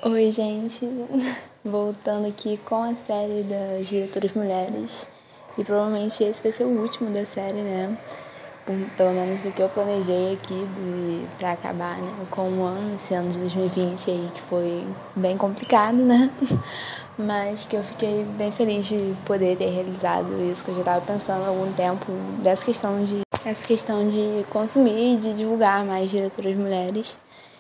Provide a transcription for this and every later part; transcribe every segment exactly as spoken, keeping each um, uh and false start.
Oi, gente. Voltando aqui com a série das diretoras mulheres. E provavelmente esse vai ser o último da série, né? Um, pelo menos do que eu planejei aqui de, pra acabar, né? Com o ano, esse ano de dois mil e vinte aí, que foi bem complicado, né? Mas que eu fiquei bem feliz de poder ter realizado isso, que eu já estava pensando há algum tempo dessa questão de, essa questão de consumir e de divulgar mais diretoras mulheres.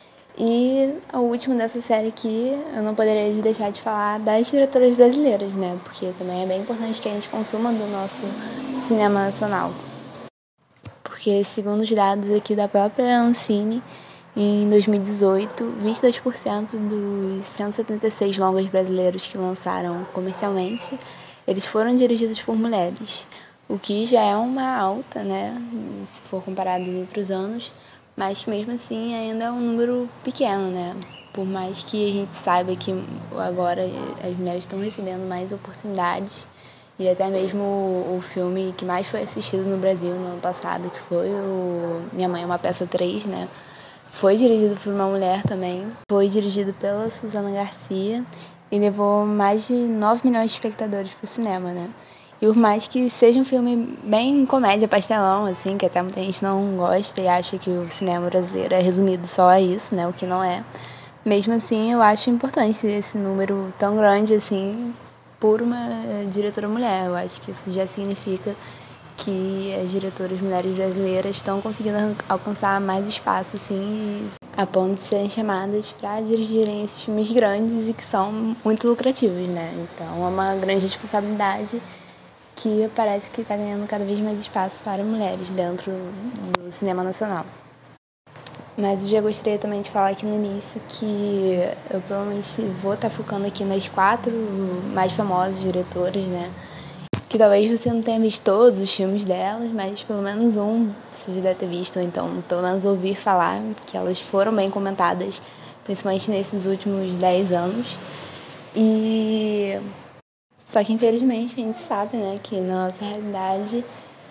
E o último dessa série aqui, eu não poderia deixar de falar das diretoras brasileiras, né? Porque também é bem importante que a gente consuma do nosso cinema nacional. Porque, segundo os dados aqui da própria Ancine, em dois mil e dezoito, vinte e dois por cento dos cento e setenta e seis longas brasileiros que lançaram comercialmente, eles foram dirigidos por mulheres, o que já é uma alta, né, se for comparado aos outros anos, mas que mesmo assim ainda é um número pequeno, né? Por mais que a gente saiba que agora as mulheres estão recebendo mais oportunidades, e até mesmo o, o filme que mais foi assistido no Brasil no ano passado, que foi o Minha Mãe é uma Peça três, né? Foi dirigido por uma mulher também. Foi dirigido pela Suzana Garcia e levou mais de nove milhões de espectadores pro cinema, né? E por mais que seja um filme bem comédia, pastelão, assim, que até muita gente não gosta e acha que o cinema brasileiro é resumido só a isso, né? O que não é. Mesmo assim, eu acho importante esse número tão grande, assim, por uma diretora mulher. Eu acho que isso já significa que as diretoras mulheres brasileiras estão conseguindo alcançar mais espaço, assim, a ponto de serem chamadas para dirigirem esses filmes grandes e que são muito lucrativos, né? Então é uma grande responsabilidade que parece que está ganhando cada vez mais espaço para mulheres dentro do cinema nacional. Mas eu já gostaria também de falar aqui no início que eu provavelmente vou estar focando aqui nas quatro mais famosas diretoras, né? Que talvez você não tenha visto todos os filmes delas, mas pelo menos um você já deve ter visto, ou então pelo menos ouvir falar, que elas foram bem comentadas, principalmente nesses últimos dez anos. E só que infelizmente a gente sabe, né, que na nossa realidade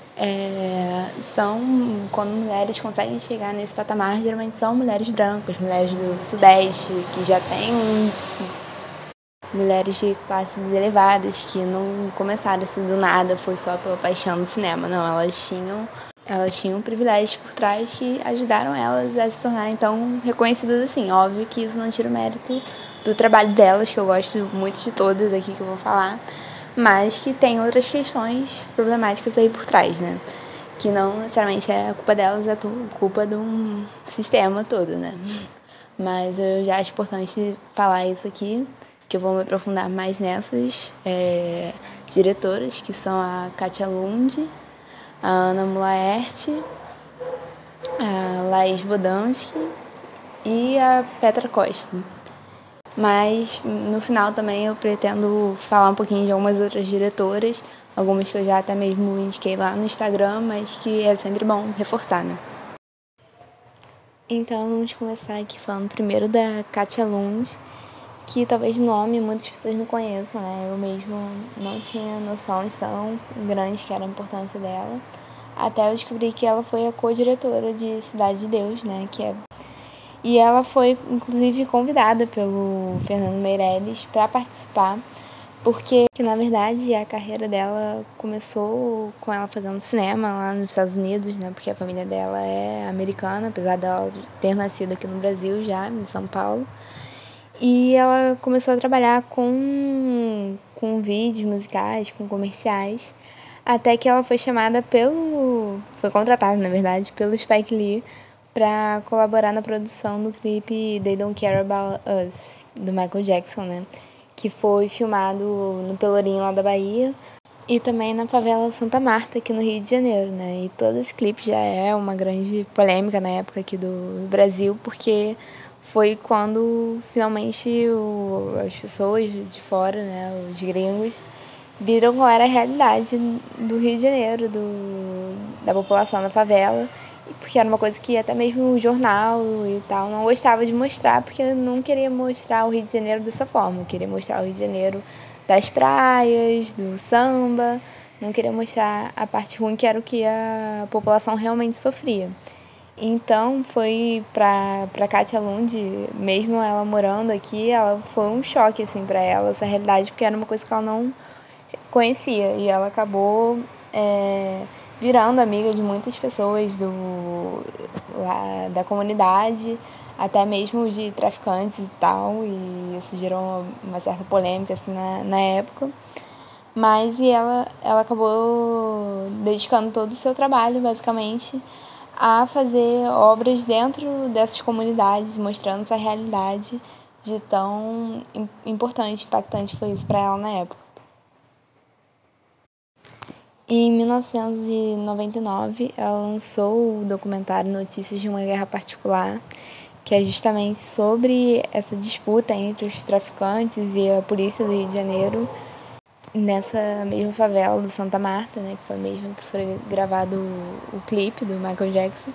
é, são, quando mulheres conseguem chegar nesse patamar, geralmente são mulheres brancas, mulheres do Sudeste, que já têm um, mulheres de classes elevadas, que não começaram assim do nada, foi só pela paixão do cinema, não, elas tinham, elas tinham privilégios por trás que ajudaram elas a se tornarem tão reconhecidas assim. Óbvio que isso não tira o mérito do trabalho delas, que eu gosto muito de todas aqui que eu vou falar, mas que tem outras questões problemáticas aí por trás, né? Que não necessariamente é culpa delas, é culpa de um sistema todo, né? Mas eu já acho importante falar isso aqui, que eu vou me aprofundar mais nessas é, diretoras, que são a Katia Lund, a Ana Mulaert, a Laís Bodansky e a Petra Costa. Mas no final também eu pretendo falar um pouquinho de algumas outras diretoras, algumas que eu já até mesmo indiquei lá no Instagram, mas que é sempre bom reforçar, né? Então vamos começar aqui falando primeiro da Katia Lund, que talvez o nome muitas pessoas não conheçam, né? Eu mesma não tinha noção de tão grande que era a importância dela, até eu descobri que ela foi a co-diretora de Cidade de Deus, né? Que é E ela foi, inclusive, convidada pelo Fernando Meirelles para participar, porque, na verdade, a carreira dela começou com ela fazendo cinema lá nos Estados Unidos, né? Porque a família dela é americana, apesar dela ter nascido aqui no Brasil já, em São Paulo. E ela começou a trabalhar com, com vídeos musicais, com comerciais, até que ela foi chamada pelo... foi contratada, na verdade, pelo Spike Lee para colaborar na produção do clipe They Don't Care About Us, do Michael Jackson, né? Que foi filmado no Pelourinho lá da Bahia e também na favela Santa Marta, aqui no Rio de Janeiro, né? E todo esse clipe já é uma grande polêmica na época aqui do Brasil, porque foi quando finalmente o, as pessoas de fora, né, os gringos, viram qual era a realidade do Rio de Janeiro, do, da população da favela, porque era uma coisa que até mesmo o jornal e tal não gostava de mostrar, porque não queria mostrar o Rio de Janeiro dessa forma, queria mostrar o Rio de Janeiro das praias, do samba, não queria mostrar a parte ruim, que era o que a população realmente sofria. Então foi pra, pra Katia Lund, mesmo ela morando aqui, ela foi um choque assim para ela, essa realidade, porque era uma coisa que ela não conhecia. E ela acabou é, virando amiga de muitas pessoas do, lá, da comunidade, até mesmo de traficantes e tal, e isso gerou uma certa polêmica assim, na, na época. Mas e ela, ela acabou dedicando todo o seu trabalho, basicamente, a fazer obras dentro dessas comunidades, mostrando essa realidade de tão importante, impactante foi isso para ela na época. Em mil novecentos e noventa e nove, ela lançou o documentário Notícias de uma Guerra Particular, que é justamente sobre essa disputa entre os traficantes e a polícia do Rio de Janeiro, nessa mesma favela do Santa Marta, né, que foi mesmo que foi gravado o, o clipe do Michael Jackson.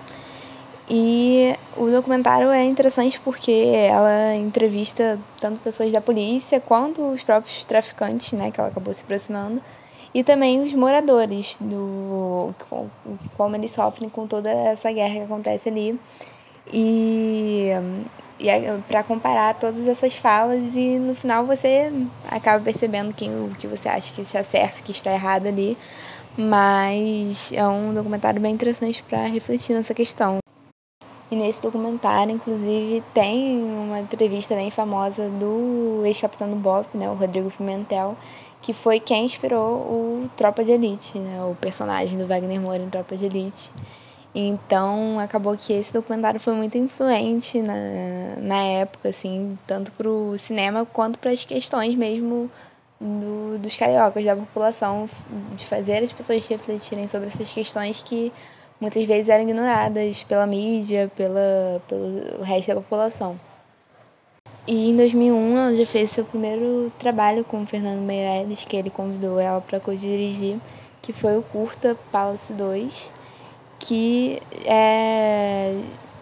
E o documentário é interessante porque ela entrevista tanto pessoas da polícia quanto os próprios traficantes, né, que ela acabou se aproximando, e também os moradores, do como eles sofrem com toda essa guerra que acontece ali. E, e é para comparar todas essas falas, e no final você acaba percebendo quem, o que você acha que está certo, o que está errado ali. Mas é um documentário bem interessante para refletir nessa questão. E nesse documentário, inclusive, tem uma entrevista bem famosa do ex-capitão do BOPE, né, o Rodrigo Pimentel, que foi quem inspirou o Tropa de Elite, né, o personagem do Wagner Moura em Tropa de Elite. Então, acabou que esse documentário foi muito influente na, na época, assim, tanto para o cinema quanto para as questões mesmo do, dos cariocas, da população, de fazer as pessoas refletirem sobre essas questões que muitas vezes eram ignoradas pela mídia, pela, pelo resto da população. E em dois mil e um ela já fez seu primeiro trabalho com o Fernando Meirelles, que ele convidou ela para co-dirigir, que foi o curta Palace dois, que é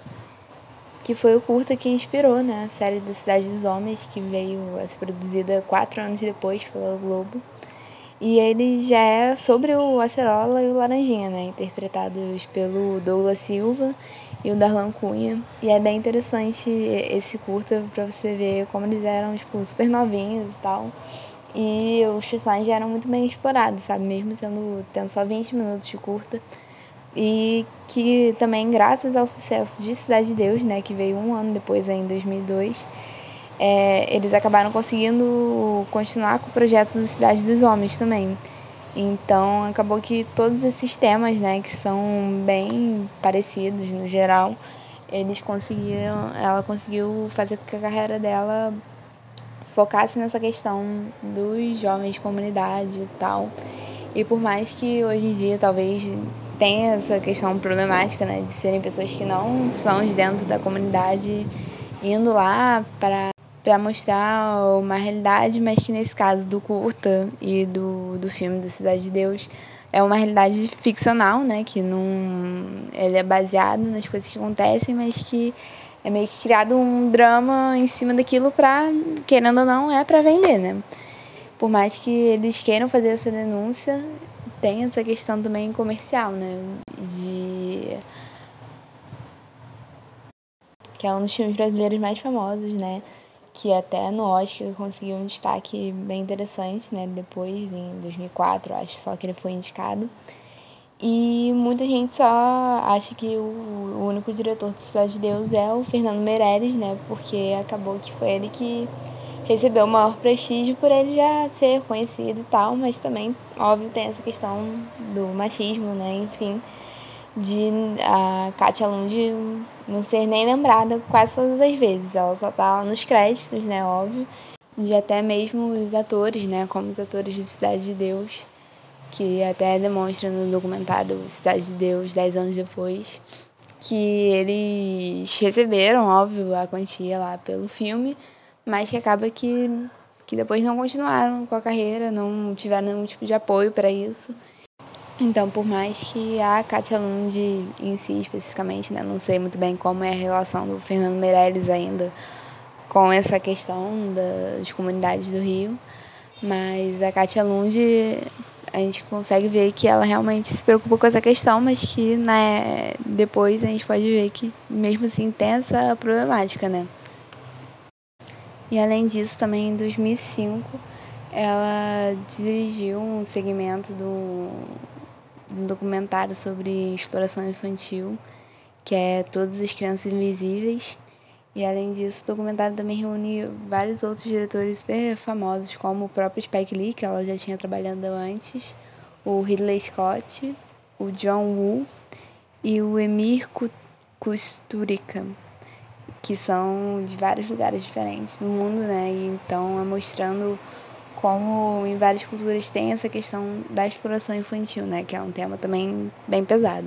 que foi o curta que inspirou, né, a série da Cidade dos Homens, que veio a ser produzida quatro anos depois pela Globo. E ele já é sobre o Acerola e o Laranjinha, né, interpretados pelo Douglas Silva e o Darlan Cunha. E é bem interessante esse curta pra você ver como eles eram, tipo, super novinhos e tal. E os personagens já eram muito bem explorados, sabe, mesmo sendo, tendo só vinte minutos de curta. E que também, graças ao sucesso de Cidade de Deus, né, que veio um ano depois, aí, em dois mil e dois, é, eles acabaram conseguindo continuar com o projeto do Cidade dos Homens também. Então, acabou que todos esses temas, né, que são bem parecidos no geral, eles conseguiram, ela conseguiu fazer com que a carreira dela focasse nessa questão dos jovens de comunidade e tal. E por mais que hoje em dia talvez tenha essa questão problemática, né, de serem pessoas que não são de dentro da comunidade indo lá para para mostrar uma realidade, mas que nesse caso do curta e do, do filme da Cidade de Deus é uma realidade ficcional, né, que não, ele é baseado nas coisas que acontecem, mas que é meio que criado um drama em cima daquilo para, querendo ou não, é para vender, né? Por mais que eles queiram fazer essa denúncia, tem essa questão também comercial, né? De que é um dos filmes brasileiros mais famosos, né? Que até no Oscar conseguiu um destaque bem interessante, né? Depois, em dois mil e quatro, acho só que ele foi indicado. E muita gente só acha que o único diretor de Cidade de Deus é o Fernando Meirelles, né? Porque acabou que foi ele que recebeu o maior prestígio por ele já ser conhecido e tal, mas também, óbvio, tem essa questão do machismo, né? Enfim, de a Katia Lund não ser nem lembrada quase todas as vezes. Ela só tá lá nos créditos, né? Óbvio. De até mesmo os atores, né? Como os atores de Cidade de Deus, que até demonstra no documentário Cidade de Deus, dez anos depois, que eles receberam, óbvio, a quantia lá pelo filme, mas que acaba que, que depois não continuaram com a carreira, não tiveram nenhum tipo de apoio para isso. Então, por mais que a Katia Lund em si, especificamente, né, não sei muito bem como é a relação do Fernando Meirelles ainda com essa questão das comunidades do Rio, mas a Katia Lund a gente consegue ver que ela realmente se preocupa com essa questão, mas que né, depois a gente pode ver que mesmo assim tem essa problemática, né? E além disso, também em dois mil e cinco, ela dirigiu um segmento do, de um documentário sobre exploração infantil, que é Todas as Crianças Invisíveis. E além disso, o documentário também reúne vários outros diretores super famosos, como o próprio Spike Lee, que ela já tinha trabalhado antes, o Ridley Scott, o John Woo e o Emir Kusturica, que são de vários lugares diferentes do mundo, né? E então é mostrando como em várias culturas tem essa questão da exploração infantil, né? Que é um tema também bem pesado.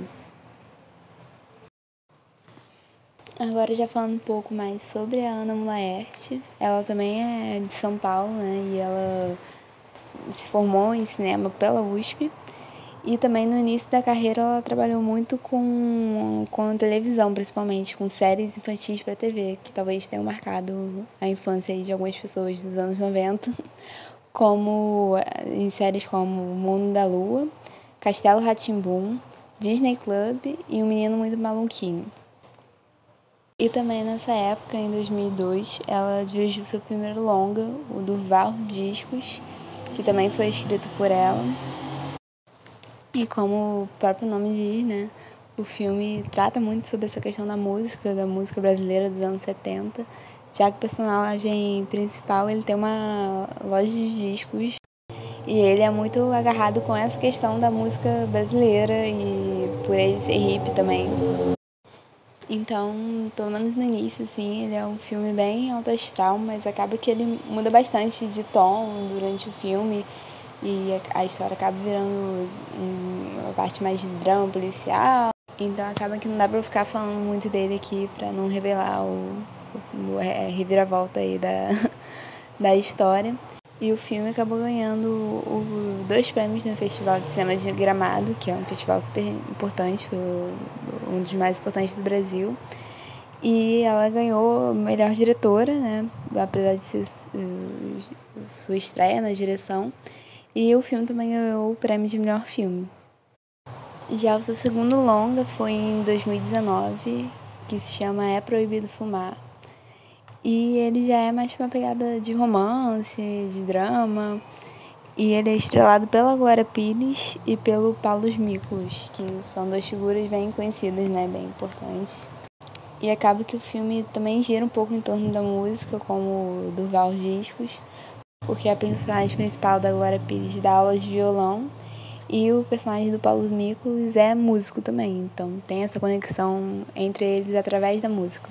Agora já falando um pouco mais sobre a Ana Mulaerte, ela também é de São Paulo, né? E ela se formou em cinema pela U S P. E também no início da carreira ela trabalhou muito com, com televisão, principalmente, com séries infantis para T V, que talvez tenham marcado a infância de algumas pessoas dos anos noventa, como em séries como O Mundo da Lua, Castelo Rá-Tim-Bum, Disney Club e O Menino Muito Maluquinho. E também nessa época, em dois mil e dois, ela dirigiu seu primeiro longa, o Durval Discos, que também foi escrito por ela. E como o próprio nome diz, né, o filme trata muito sobre essa questão da música, da música brasileira dos anos setenta, já que o personagem principal ele tem uma loja de discos e ele é muito agarrado com essa questão da música brasileira e por ele ser hippie também. Então, pelo menos no início, assim, ele é um filme bem alto astral, mas acaba que ele muda bastante de tom durante o filme e a história acaba virando uma parte mais de drama policial. Então acaba que não dá pra eu ficar falando muito dele aqui pra não revelar o, o, o reviravolta aí da, da história. E o filme acabou ganhando o, dois prêmios no Festival de Cinema de Gramado, que é um festival super importante, um dos mais importantes do Brasil. E ela ganhou melhor diretora, né? Apesar de ser uh, sua estreia na direção. E o filme também ganhou o prêmio de melhor filme. Já o seu segundo longa foi em dois mil e dezenove, que se chama É Proibido Fumar. E ele já é mais uma pegada de romance, de drama. E ele é estrelado pela Glória Pires e pelo Paulo Miklos, que são duas figuras bem conhecidas, né? Bem importantes. E acaba que o filme também gira um pouco em torno da música, como Durval Discos, porque a personagem principal da Glória Pires dá aulas de violão e o personagem do Paulo Miklos é músico também, então tem essa conexão entre eles através da música.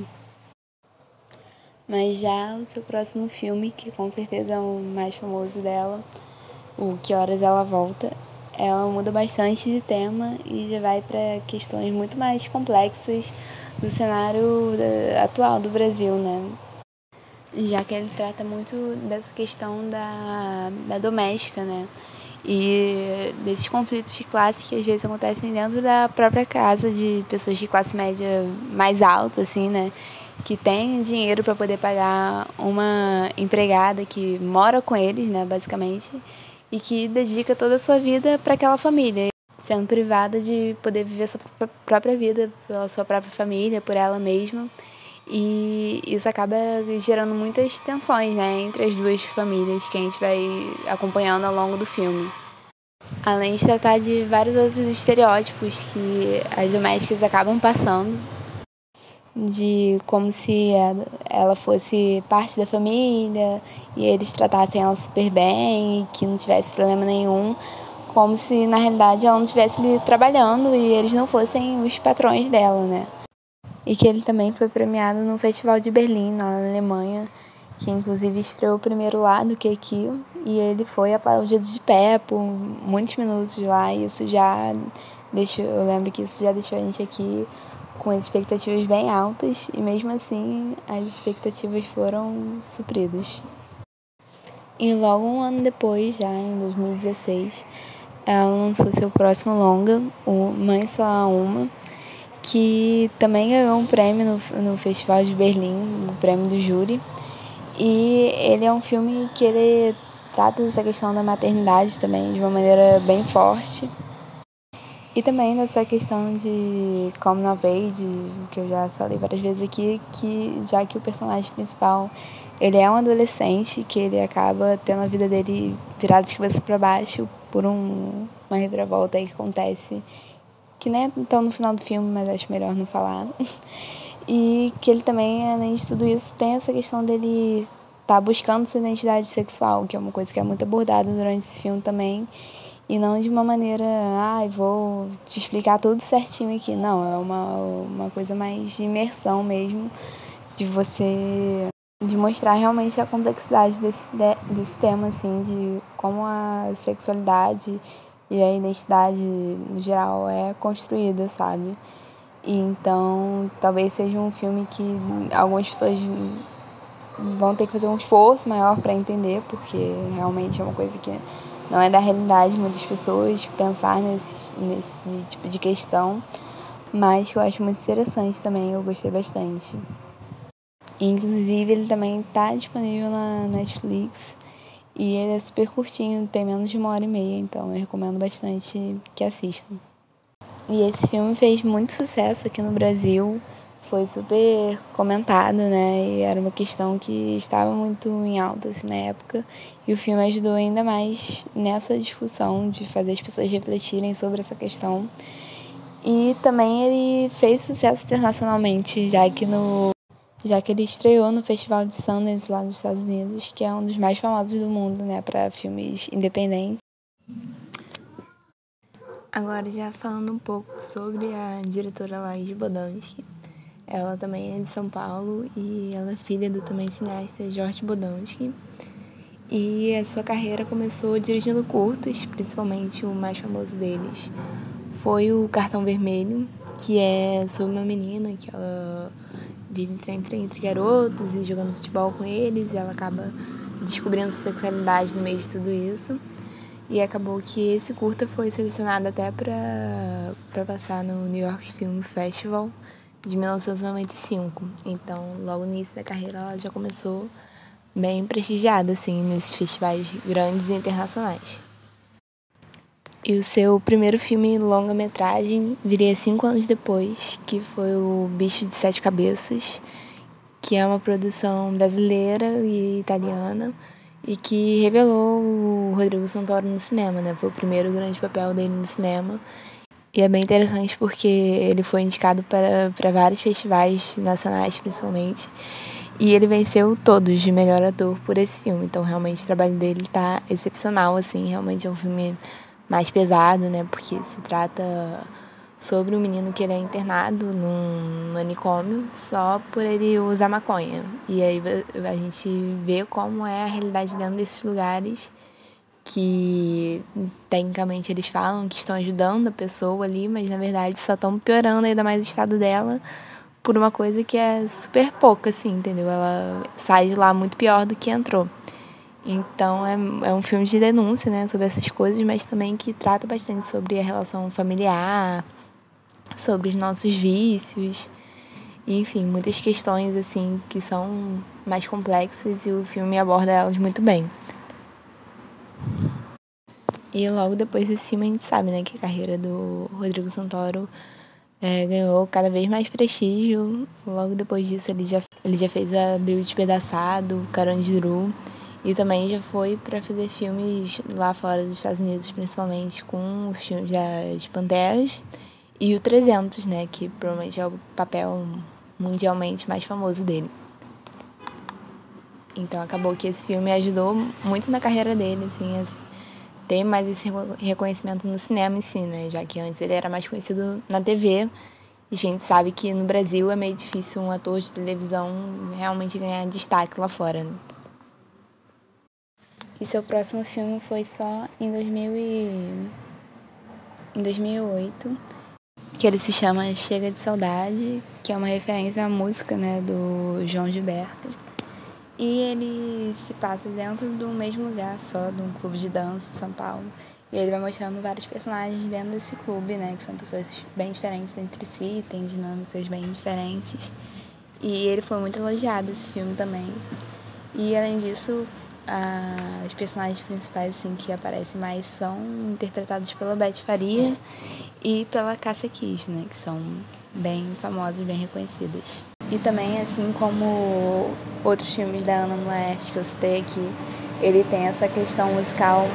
Mas já o seu próximo filme, que com certeza é o mais famoso dela, o Que Horas Ela Volta, ela muda bastante de tema e já vai para questões muito mais complexas do cenário atual do Brasil, né? Já que ele trata muito dessa questão da, da doméstica, né? E desses conflitos de classe que às vezes acontecem dentro da própria casa de pessoas de classe média mais alta, assim, né? Que tem dinheiro para poder pagar uma empregada que mora com eles, né, basicamente, e que dedica toda a sua vida para aquela família, sendo privada de poder viver sua própria vida pela sua própria família, por ela mesma. E isso acaba gerando muitas tensões, né, entre as duas famílias que a gente vai acompanhando ao longo do filme. Além de tratar de vários outros estereótipos que as domésticas acabam passando, de como se ela fosse parte da família e eles tratassem ela super bem e que não tivesse problema nenhum, como se na realidade ela não estivesse ali trabalhando e eles não fossem os patrões dela, né? E que ele também foi premiado no Festival de Berlim, lá na Alemanha, que inclusive estreou o primeiro lá do que aqui, e ele foi aplaudido de pé por muitos minutos lá, e isso já deixou, eu lembro que isso já deixou a gente aqui com as expectativas bem altas, e mesmo assim as expectativas foram supridas. E logo um ano depois, já em dois mil e dezesseis, ela lançou seu próximo longa, o Mãe Só Há Uma, que também ganhou um prêmio no, no Festival de Berlim, o prêmio do júri. E ele é um filme que ele trata dessa questão da maternidade também de uma maneira bem forte. E também dessa questão de coming of age, que eu já falei várias vezes aqui, que já que o personagem principal, ele é um adolescente, que ele acaba tendo a vida dele virada de cabeça para baixo por um, uma reviravolta aí que acontece, que nem é tão no final do filme, mas acho melhor não falar. E que ele também, além de tudo isso, tem essa questão dele estar buscando sua identidade sexual, que é uma coisa que é muito abordada durante esse filme também. E não de uma maneira, ai, ah, vou te explicar tudo certinho aqui. Não, é uma, uma coisa mais de imersão mesmo, de você, de mostrar realmente a complexidade desse, desse tema, assim, de como a sexualidade e a identidade, no geral, é construída, sabe? E então, talvez seja um filme que algumas pessoas vão ter que fazer um esforço maior para entender, porque realmente é uma coisa que não é da realidade de muitas pessoas pensar nesse, nesse tipo de questão, mas que eu acho muito interessante também, eu gostei bastante. Inclusive, ele também está disponível na Netflix e ele é super curtinho, tem menos de uma hora e meia, então eu recomendo bastante que assistam. E esse filme fez muito sucesso aqui no Brasil, foi super comentado, né? E era uma questão que estava muito em alta assim, na época. E o filme ajudou ainda mais nessa discussão de fazer as pessoas refletirem sobre essa questão. E também ele fez sucesso internacionalmente, já que, no, já que ele estreou no Festival de Sundance lá nos Estados Unidos, que é um dos mais famosos do mundo, né? Para filmes independentes. Agora, já falando um pouco sobre a diretora Laís Bodansky, ela também é de São Paulo e ela é filha do também cineasta Jorge Bodansky. E a sua carreira começou dirigindo curtas, principalmente o mais famoso deles foi o Cartão Vermelho, que é sobre uma menina que ela vive sempre entre garotos e jogando futebol com eles, e ela acaba descobrindo sua sexualidade no meio de tudo isso. E acabou que esse curta foi selecionado até para para passar no New York Film Festival de mil novecentos e noventa e cinco. Então, logo no início da carreira, ela já começou bem prestigiada, assim, nesses festivais grandes e internacionais. E o seu primeiro filme longa-metragem viria cinco anos depois, que foi o Bicho de Sete Cabeças, que é uma produção brasileira e italiana, e que revelou o Rodrigo Santoro no cinema, né? Foi o primeiro grande papel dele no cinema. E é bem interessante porque ele foi indicado para, para vários festivais nacionais, principalmente. E ele venceu todos de melhor ator por esse filme. Então, realmente, o trabalho dele tá excepcional, assim. Realmente é um filme mais pesado, né? Porque se trata sobre um menino que ele é internado num manicômio só por ele usar maconha. E aí a gente vê como é a realidade dentro desses lugares que, tecnicamente, eles falam que estão ajudando a pessoa ali, mas, na verdade, só estão piorando ainda mais o estado dela por uma coisa que é super pouca, assim, entendeu? Ela sai de lá muito pior do que entrou. Então, é, é um filme de denúncia, né, sobre essas coisas, mas também que trata bastante sobre a relação familiar, sobre os nossos vícios, enfim, muitas questões, assim, que são mais complexas e o filme aborda elas muito bem. E logo depois desse filme a gente sabe, né, que a carreira do Rodrigo Santoro é, ganhou cada vez mais prestígio. Logo depois disso ele já, ele já fez Abril Despedaçado, Carandiru, e também já foi para fazer filmes lá fora dos Estados Unidos, principalmente com os filmes das Panteras e o trezentos, né, que provavelmente é o papel mundialmente mais famoso dele. Então acabou que esse filme ajudou muito na carreira dele, assim, a ter mais esse reconhecimento no cinema em si, né, já que antes ele era mais conhecido na T V, e a gente sabe que no Brasil é meio difícil um ator de televisão realmente ganhar destaque lá fora, né. E seu próximo filme foi só em dois mil e... em dois mil e oito, que ele se chama Chega de Saudade, que é uma referência à música, né, do João Gilberto. E ele se passa dentro do mesmo lugar só, de um clube de dança em São Paulo. E ele vai mostrando vários personagens dentro desse clube, né, que são pessoas bem diferentes entre si, tem dinâmicas bem diferentes. E ele foi muito elogiado, esse filme também. E além disso, a, os personagens principais assim, que aparecem mais são interpretados pela Beth Faria e pela Cássia Kiss, né, que são bem famosas, bem reconhecidas. E também, assim como outros filmes da Ana Laerte que eu citei aqui, ele tem essa questão musical.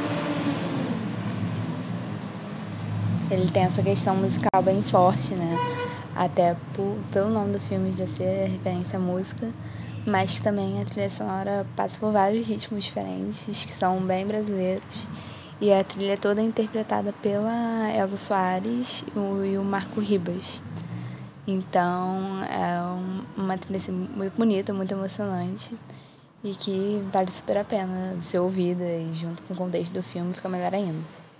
Ele tem essa questão musical bem forte, né? Até por, pelo nome do filme já ser referência à música, mas que também a trilha sonora passa por vários ritmos diferentes, que são bem brasileiros. E a trilha toda é interpretada pela Elza Soares e o Marco Ribas. Então é uma trilha assim, muito bonita, muito emocionante e que vale super a pena ser ouvida e junto com o contexto do filme fica melhor ainda.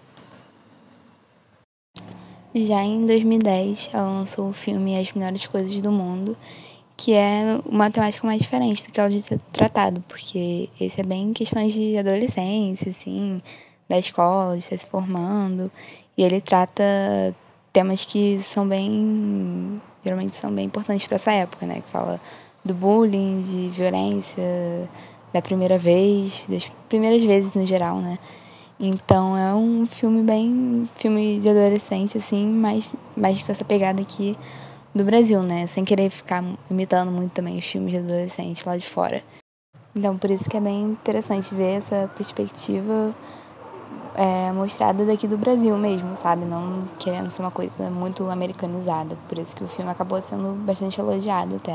Já em dois mil e dez, ela lançou o filme As Melhores Coisas do Mundo, que é uma temática mais diferente do que ela já tinha tratado, porque esse é bem questões de adolescência, assim, da escola, de estar se formando, e ele trata temas que são bem, geralmente são bem importantes para essa época, né, que fala do bullying, de violência, da primeira vez, das primeiras vezes no geral, né. Então é um filme bem, filme de adolescente, assim, mais, mais com essa pegada aqui do Brasil, né? Sem querer ficar imitando muito também os filmes de adolescente lá de fora. Então por isso que é bem interessante ver essa perspectiva é, mostrada daqui do Brasil mesmo, sabe? Não querendo ser uma coisa muito americanizada. Por isso que o filme acabou sendo bastante elogiado até.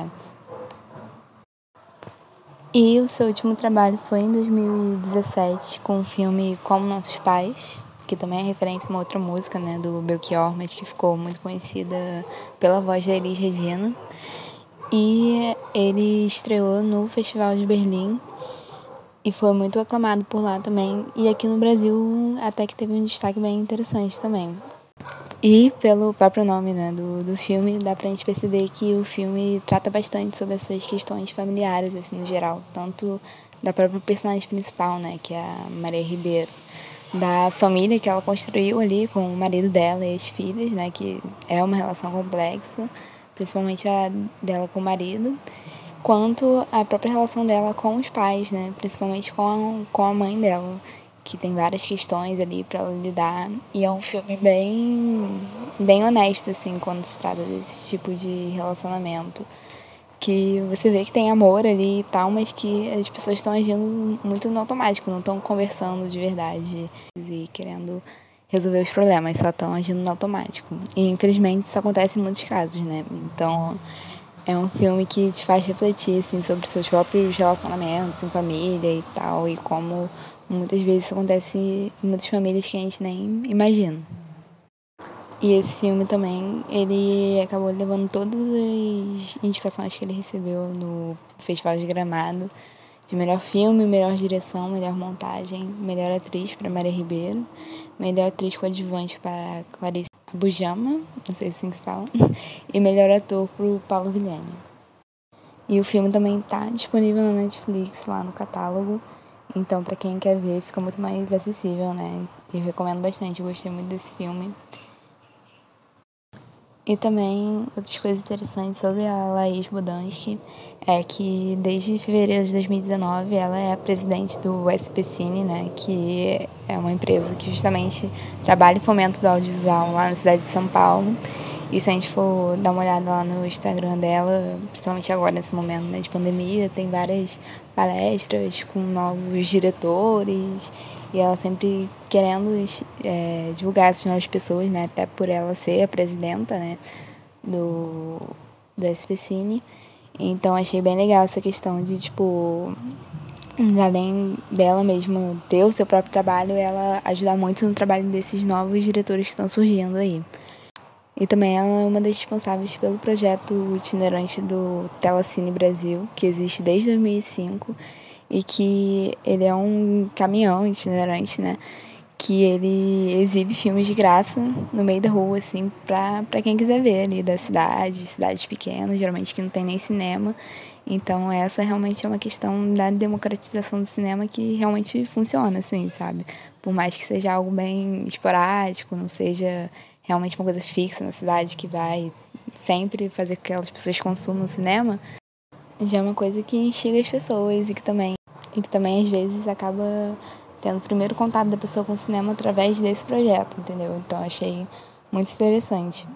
E o seu último trabalho foi em dois mil e dezessete com o filme Como Nossos Pais, que também é referência a uma outra música, né, do Belchior, mas que ficou muito conhecida pela voz da Elis Regina. E ele estreou no Festival de Berlim e foi muito aclamado por lá também. E aqui no Brasil até que teve um destaque bem interessante também. E pelo próprio nome, né, do, do filme, dá pra gente perceber que o filme trata bastante sobre essas questões familiares, assim, no geral. Tanto da própria personagem principal, né, que é a Maria Ribeiro. Da família que ela construiu ali com o marido dela e as filhas, né, que é uma relação complexa, principalmente a dela com o marido. Quanto a própria relação dela com os pais, né, principalmente com a, com a mãe dela, que tem várias questões ali para ela lidar, e é um filme bem bem honesto assim quando se trata desse tipo de relacionamento, que você vê que tem amor ali e tal, mas que as pessoas estão agindo muito no automático, não estão conversando de verdade e querendo resolver os problemas, só estão agindo no automático. E infelizmente isso acontece em muitos casos, né? Então é um filme que te faz refletir assim, sobre seus próprios relacionamentos em família e tal, e como muitas vezes isso acontece em muitas famílias que a gente nem imagina. E esse filme também, ele acabou levando todas as indicações que ele recebeu no Festival de Gramado, de melhor filme, melhor direção, melhor montagem, melhor atriz para Maria Ribeiro, melhor atriz coadjuvante para Clarice Abujamra, não sei se assim que se fala, e melhor ator para o Paulo Vilhena. E o filme também está disponível na Netflix, lá no catálogo, então para quem quer ver fica muito mais acessível, né? Eu recomendo bastante, eu gostei muito desse filme. E também outras coisas interessantes sobre a Laís Bodansky é que desde fevereiro de dois mil e dezenove ela é a presidente do S P Cine, né, que é uma empresa que justamente trabalha em fomento do audiovisual lá na cidade de São Paulo. E se a gente for dar uma olhada lá no Instagram dela, principalmente agora nesse momento, né, de pandemia, tem várias palestras com novos diretores e ela sempre querendo é, divulgar essas novas pessoas, né, até por ela ser a presidenta, né, do, do S P Cine. Então achei bem legal essa questão de, tipo, além dela mesma ter o seu próprio trabalho, ela ajudar muito no trabalho desses novos diretores que estão surgindo aí. E também ela é uma das responsáveis pelo projeto itinerante do Telecine Brasil, que existe desde dois mil e cinco, e que ele é um caminhão itinerante, né? Que ele exibe filmes de graça no meio da rua, assim, pra, pra quem quiser ver ali da cidade, cidades pequenas, geralmente que não tem nem cinema. Então essa realmente é uma questão da democratização do cinema que realmente funciona, assim, sabe? Por mais que seja algo bem esporádico, não seja realmente uma coisa fixa na cidade que vai sempre fazer com que aquelas pessoas consumam cinema, já é uma coisa que instiga as pessoas e que também e que também às vezes acaba tendo o primeiro contato da pessoa com o cinema através desse projeto, entendeu? Então achei muito interessante.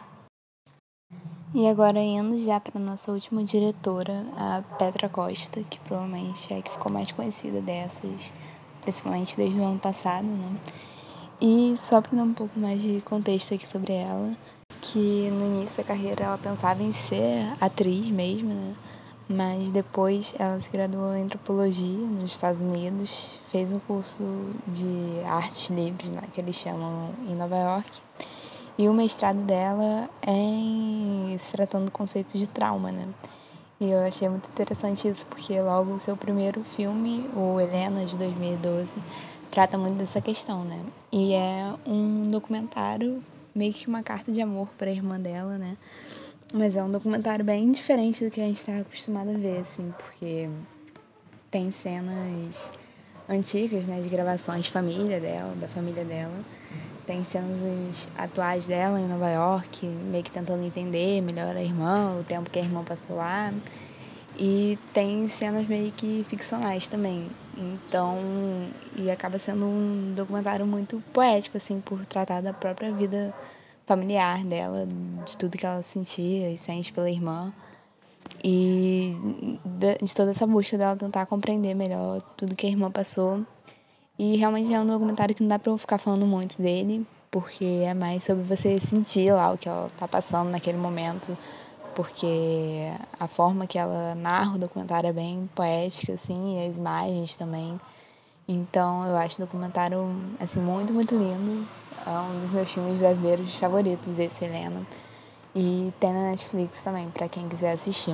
E agora indo já para nossa última diretora, a Petra Costa, que provavelmente é a que ficou mais conhecida dessas, principalmente desde o ano passado, né? E só para dar um pouco mais de contexto aqui sobre ela, que no início da carreira ela pensava em ser atriz mesmo, né? Mas depois ela se graduou em antropologia nos Estados Unidos, fez um curso de artes livres, né, que eles chamam, em Nova York. E o mestrado dela é em se tratando conceitos de trauma, né? E eu achei muito interessante isso, porque logo o seu primeiro filme, o Helena, de dois mil e doze, trata muito dessa questão, né? E é um documentário, meio que uma carta de amor para a irmã dela, né? Mas é um documentário bem diferente do que a gente está acostumado a ver, assim, porque tem cenas antigas, né, de gravações de família dela, da família dela. Tem cenas atuais dela em Nova York, meio que tentando entender melhor a irmã, o tempo que a irmã passou lá. E tem cenas meio que ficcionais também. Então, e acaba sendo um documentário muito poético, assim, por tratar da própria vida familiar dela, de tudo que ela sentia e sente pela irmã. E de toda essa busca dela tentar compreender melhor tudo que a irmã passou. E realmente é um documentário que não dá pra eu ficar falando muito dele, porque é mais sobre você sentir lá o que ela tá passando naquele momento, porque a forma que ela narra o documentário é bem poética, assim, e as imagens também. Então eu acho o documentário, assim, muito, muito lindo. É um dos meus filmes brasileiros favoritos, esse Helena. E tem na Netflix também, pra quem quiser assistir.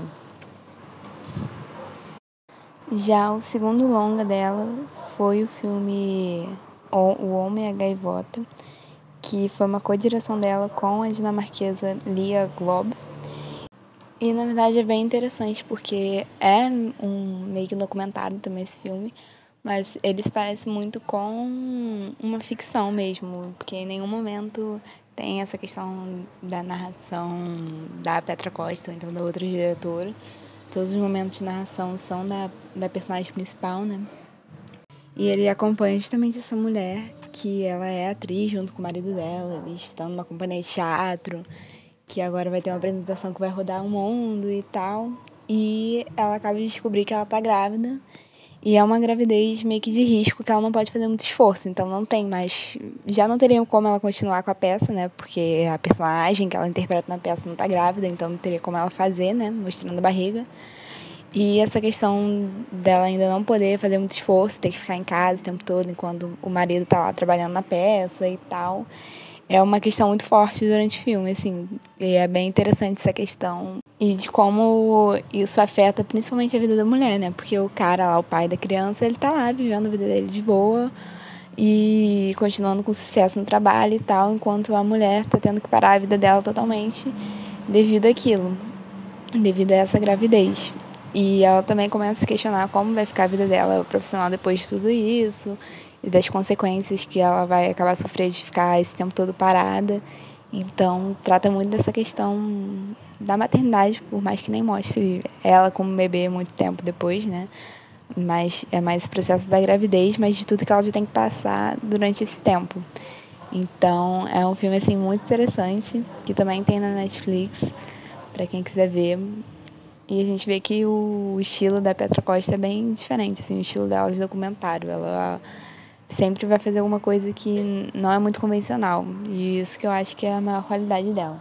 Já o segundo longa dela foi o filme O Homem e a Gaivota, que foi uma co-direção dela com a dinamarquesa Lia Glob. E na verdade é bem interessante porque é um meio que um documentário também esse filme, mas ele se parece muito com uma ficção mesmo, porque em nenhum momento tem essa questão da narração da Petra Costa, ou então da outra diretora. Todos os momentos de narração são da, da personagem principal, né? E ele acompanha justamente essa mulher, que ela é atriz junto com o marido dela. Eles estão numa companhia de teatro, que agora vai ter uma apresentação que vai rodar o mundo e tal. E ela acaba de descobrir que ela tá grávida. E é uma gravidez meio que de risco, que ela não pode fazer muito esforço. Então não tem mais... Já não teria como ela continuar com a peça, né? Porque a personagem que ela interpreta na peça não tá grávida, então não teria como ela fazer, né? Mostrando a barriga. E essa questão dela ainda não poder fazer muito esforço, ter que ficar em casa o tempo todo, enquanto o marido tá lá trabalhando na peça e tal, é uma questão muito forte durante o filme, assim. E é bem interessante essa questão. E de como isso afeta principalmente a vida da mulher, né? Porque o cara lá, o pai da criança, ele tá lá vivendo a vida dele de boa e continuando com sucesso no trabalho e tal, enquanto a mulher tá tendo que parar a vida dela totalmente devido àquilo, devido a essa gravidez. E ela também começa a se questionar como vai ficar a vida dela profissional depois de tudo isso e das consequências que ela vai acabar sofrendo de ficar esse tempo todo parada. Então, trata muito dessa questão da maternidade, por mais que nem mostre ela como bebê muito tempo depois, né? Mas é mais o processo da gravidez, mas de tudo que ela já tem que passar durante esse tempo. Então, é um filme, assim, muito interessante, que também tem na Netflix, para quem quiser ver. E a gente vê que o estilo da Petra Costa é bem diferente, assim, o estilo dela de documentário. Ela sempre vai fazer alguma coisa que não é muito convencional. E isso que eu acho que é a maior qualidade dela.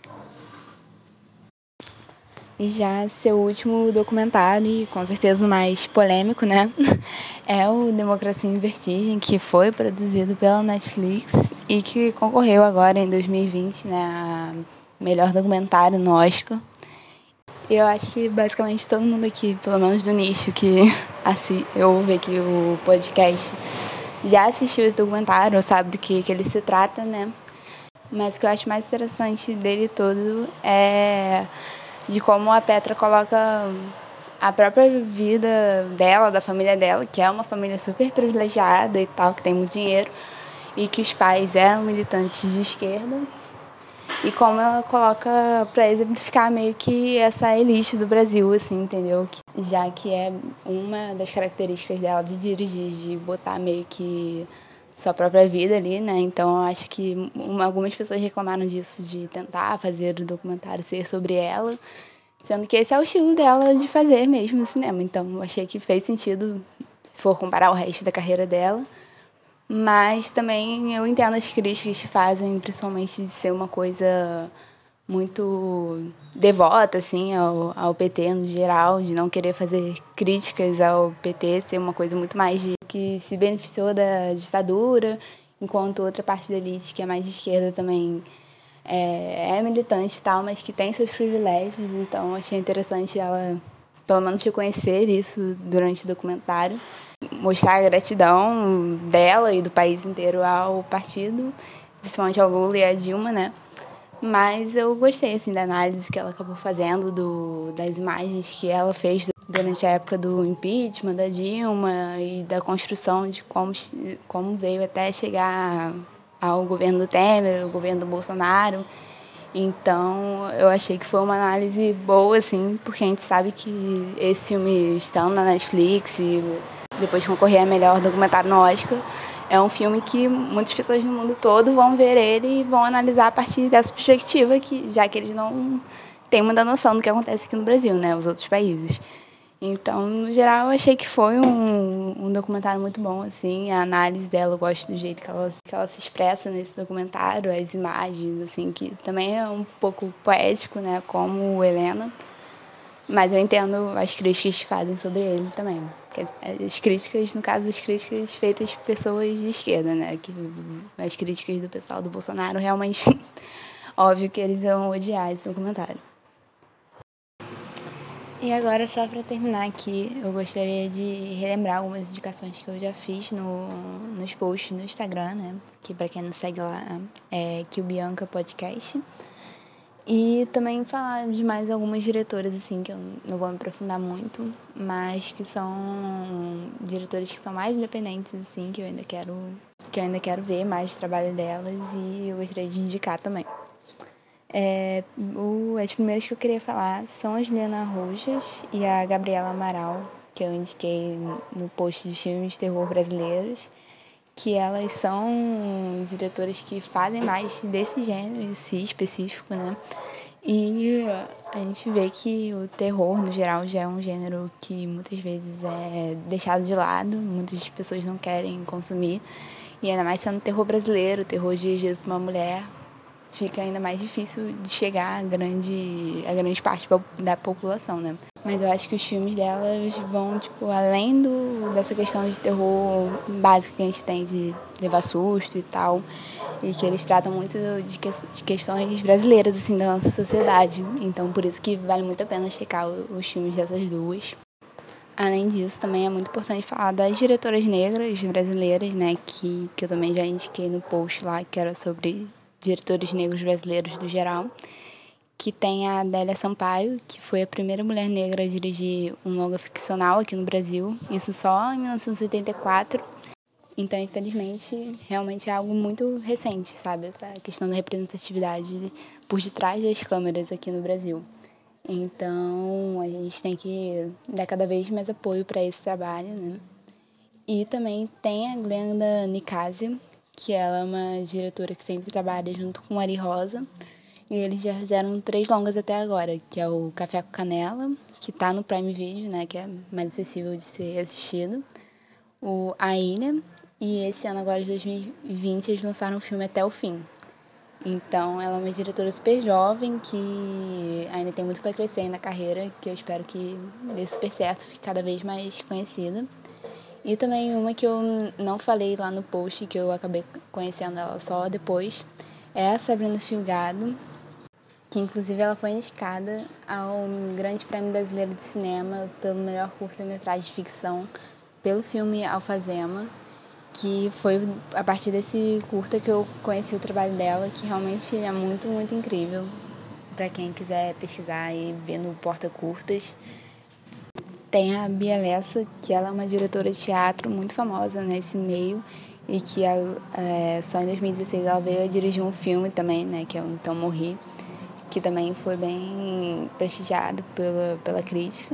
E já seu último documentário, e com certeza o mais polêmico, né? É o Democracia em Vertigem, que foi produzido pela Netflix e que concorreu agora em dois mil e vinte, né, a melhor documentário no Oscar. E eu acho que basicamente todo mundo aqui, pelo menos do nicho, que assim, eu ouvi aqui o podcast, já assistiu esse documentário, ou sabe do que, que ele se trata, né? Mas o que eu acho mais interessante dele todo é de como a Petra coloca a própria vida dela, da família dela, que é uma família super privilegiada e tal, que tem muito dinheiro, e que os pais eram militantes de esquerda. e como ela coloca para exemplificar meio que essa elite do Brasil, assim, entendeu? Já que é uma das características dela de dirigir, de botar meio que sua própria vida ali, né? Então, eu acho que uma, algumas pessoas reclamaram disso, de tentar fazer o documentário ser sobre ela, sendo que esse é o estilo dela de fazer mesmo no cinema. Então, eu achei que fez sentido, se for comparar o resto da carreira dela. Mas também eu entendo as críticas que fazem, principalmente de ser uma coisa muito devota, assim, ao, ao P T no geral, de não querer fazer críticas ao P T, ser uma coisa muito mais de que se beneficiou da ditadura, enquanto outra parte da elite, que é mais de esquerda, também é, é militante e tal, mas que tem seus privilégios. Então, achei interessante ela, pelo menos, reconhecer isso durante o documentário, mostrar a gratidão dela e do país inteiro ao partido, principalmente ao Lula e à Dilma, né? Mas eu gostei, assim, da análise que ela acabou fazendo, do, das imagens que ela fez durante a época do impeachment da Dilma e da construção de como, como veio até chegar ao governo do Temer, ao governo do Bolsonaro. Então, eu achei que foi uma análise boa, assim, porque a gente sabe que esse filme, estando na Netflix e depois concorrer a melhor documentário no Oscar, é um filme que muitas pessoas no mundo todo vão ver ele e vão analisar a partir dessa perspectiva, que, já que eles não têm muita noção do que acontece aqui no Brasil, né, os outros países. Então, no geral, eu achei que foi um, um documentário muito bom, assim, a análise dela, eu gosto do jeito que ela, que ela se expressa nesse documentário, as imagens, assim, que também é um pouco poético, né, como Helena, mas eu entendo as críticas que fazem sobre ele também. As críticas, no caso, as críticas feitas por pessoas de esquerda, né, que as críticas do pessoal do Bolsonaro, realmente, óbvio que eles vão odiar esse documentário. E agora, só para terminar aqui, eu gostaria de relembrar algumas indicações que eu já fiz no, nos posts no Instagram, né? Que para quem não segue lá é Kill Bianca Podcast. E também falar de mais algumas diretoras, assim, que eu não vou me aprofundar muito, mas que são diretoras que são mais independentes, assim, que eu ainda quero, que eu ainda quero ver mais o trabalho delas e eu gostaria de indicar também. É, o, as primeiras que eu queria falar são a Juliana Rojas e a Gabriela Amaral, que eu indiquei no post de filmes de terror brasileiros, que elas são diretoras que fazem mais desse gênero em si específico, né? E a gente vê que o terror, no geral, já é um gênero que muitas vezes é deixado de lado, muitas pessoas não querem consumir, e ainda mais sendo terror brasileiro, terror dirigido por uma mulher, fica ainda mais difícil de chegar a grande, a grande parte da população, né? Mas eu acho que os filmes delas vão, tipo, além do, dessa questão de terror básica que a gente tem, de levar susto e tal, e que eles tratam muito de, que, de questões brasileiras, assim, da nossa sociedade. Então, por isso que vale muito a pena checar os filmes dessas duas. Além disso, também é muito importante falar das diretoras negras brasileiras, né, que, que eu também já indiquei no post lá, que era sobre diretores negros brasileiros do geral, que tem a Adélia Sampaio, que foi a primeira mulher negra a dirigir um longa ficcional aqui no Brasil, isso só em mil novecentos e oitenta e quatro. Então, infelizmente, realmente é algo muito recente, sabe? Essa questão da representatividade por detrás das câmeras aqui no Brasil. Então, a gente tem que dar cada vez mais apoio para esse trabalho, né? E também tem a Glenda Nicásio, que ela é uma diretora que sempre trabalha junto com Ari Rosa. E eles já fizeram três longas até agora, que é o Café com Canela, que tá no Prime Video, né, que é mais acessível de ser assistido. O A Ilha, e esse ano agora de dois mil e vinte eles lançaram o filme Até o Fim. Então ela é uma diretora super jovem que ainda tem muito para crescer na carreira, que eu espero que dê super certo, fique cada vez mais conhecida. E também uma que eu não falei lá no post, que eu acabei conhecendo ela só depois, é a Sabrina Filgado, que inclusive ela foi indicada ao Grande Prêmio Brasileiro de Cinema pelo melhor curta-metragem de ficção pelo filme Alfazema, que foi a partir desse curta que eu conheci o trabalho dela, que realmente é muito, muito incrível. Para quem quiser pesquisar e ver no Porta Curtas. Tem a Bia Lessa, que ela é uma diretora de teatro muito famosa nesse meio e que é, só em dois mil e dezesseis ela veio a dirigir um filme também, né, que é o Então Morri, que também foi bem prestigiado pela, pela crítica.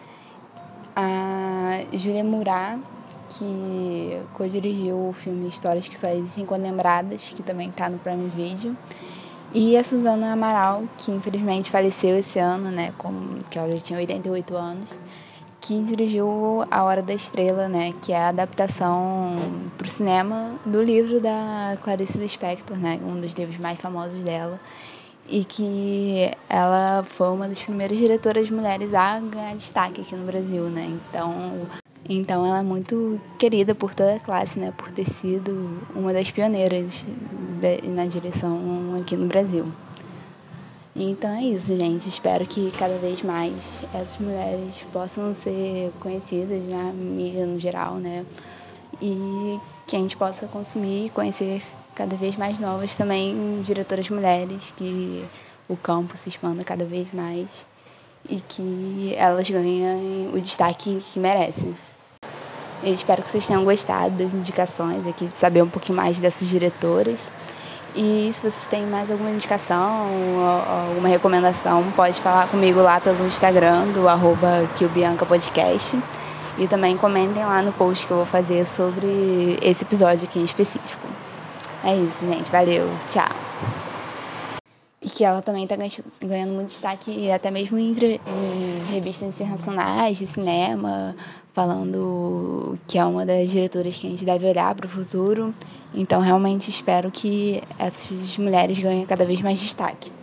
A Júlia Murat, que co-dirigiu o filme Histórias que Só Existem Quando Lembradas, que também está no Prime Video. E a Suzana Amaral, que infelizmente faleceu esse ano, né, com, que ela já tinha oitenta e oito anos, que dirigiu A Hora da Estrela, né, que é a adaptação para o cinema do livro da Clarice Lispector, né, um dos livros mais famosos dela, e que ela foi uma das primeiras diretoras mulheres a ganhar destaque aqui no Brasil, né, então... Então ela é muito querida por toda a classe, né, por ter sido uma das pioneiras de, na direção aqui no Brasil. Então é isso, gente. Espero que cada vez mais essas mulheres possam ser conhecidas na mídia no geral, né? E que a gente possa consumir e conhecer cada vez mais novas também diretoras mulheres, que o campo se expanda cada vez mais e que elas ganhem o destaque que merecem. Eu espero que vocês tenham gostado das indicações aqui, de saber um pouquinho mais dessas diretoras. E se vocês têm mais alguma indicação ou alguma recomendação, pode falar comigo lá pelo Instagram, do arroba QBiancaPodcast. E também comentem lá no post que eu vou fazer sobre esse episódio aqui em específico. É isso, gente. Valeu. Tchau. E que ela também está ganhando muito destaque, até mesmo em, em revistas internacionais de cinema, falando que é uma das diretoras que a gente deve olhar para o futuro. Então, realmente espero que essas mulheres ganhem cada vez mais destaque.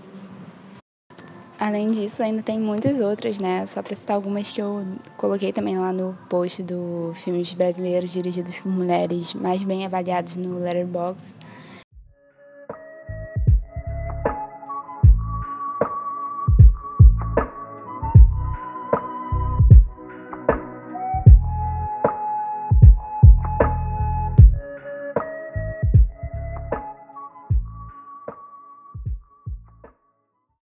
Além disso, ainda tem muitas outras, né? Só para citar algumas que eu coloquei também lá no post do filmes brasileiros dirigidos por mulheres mais bem avaliados no Letterboxd.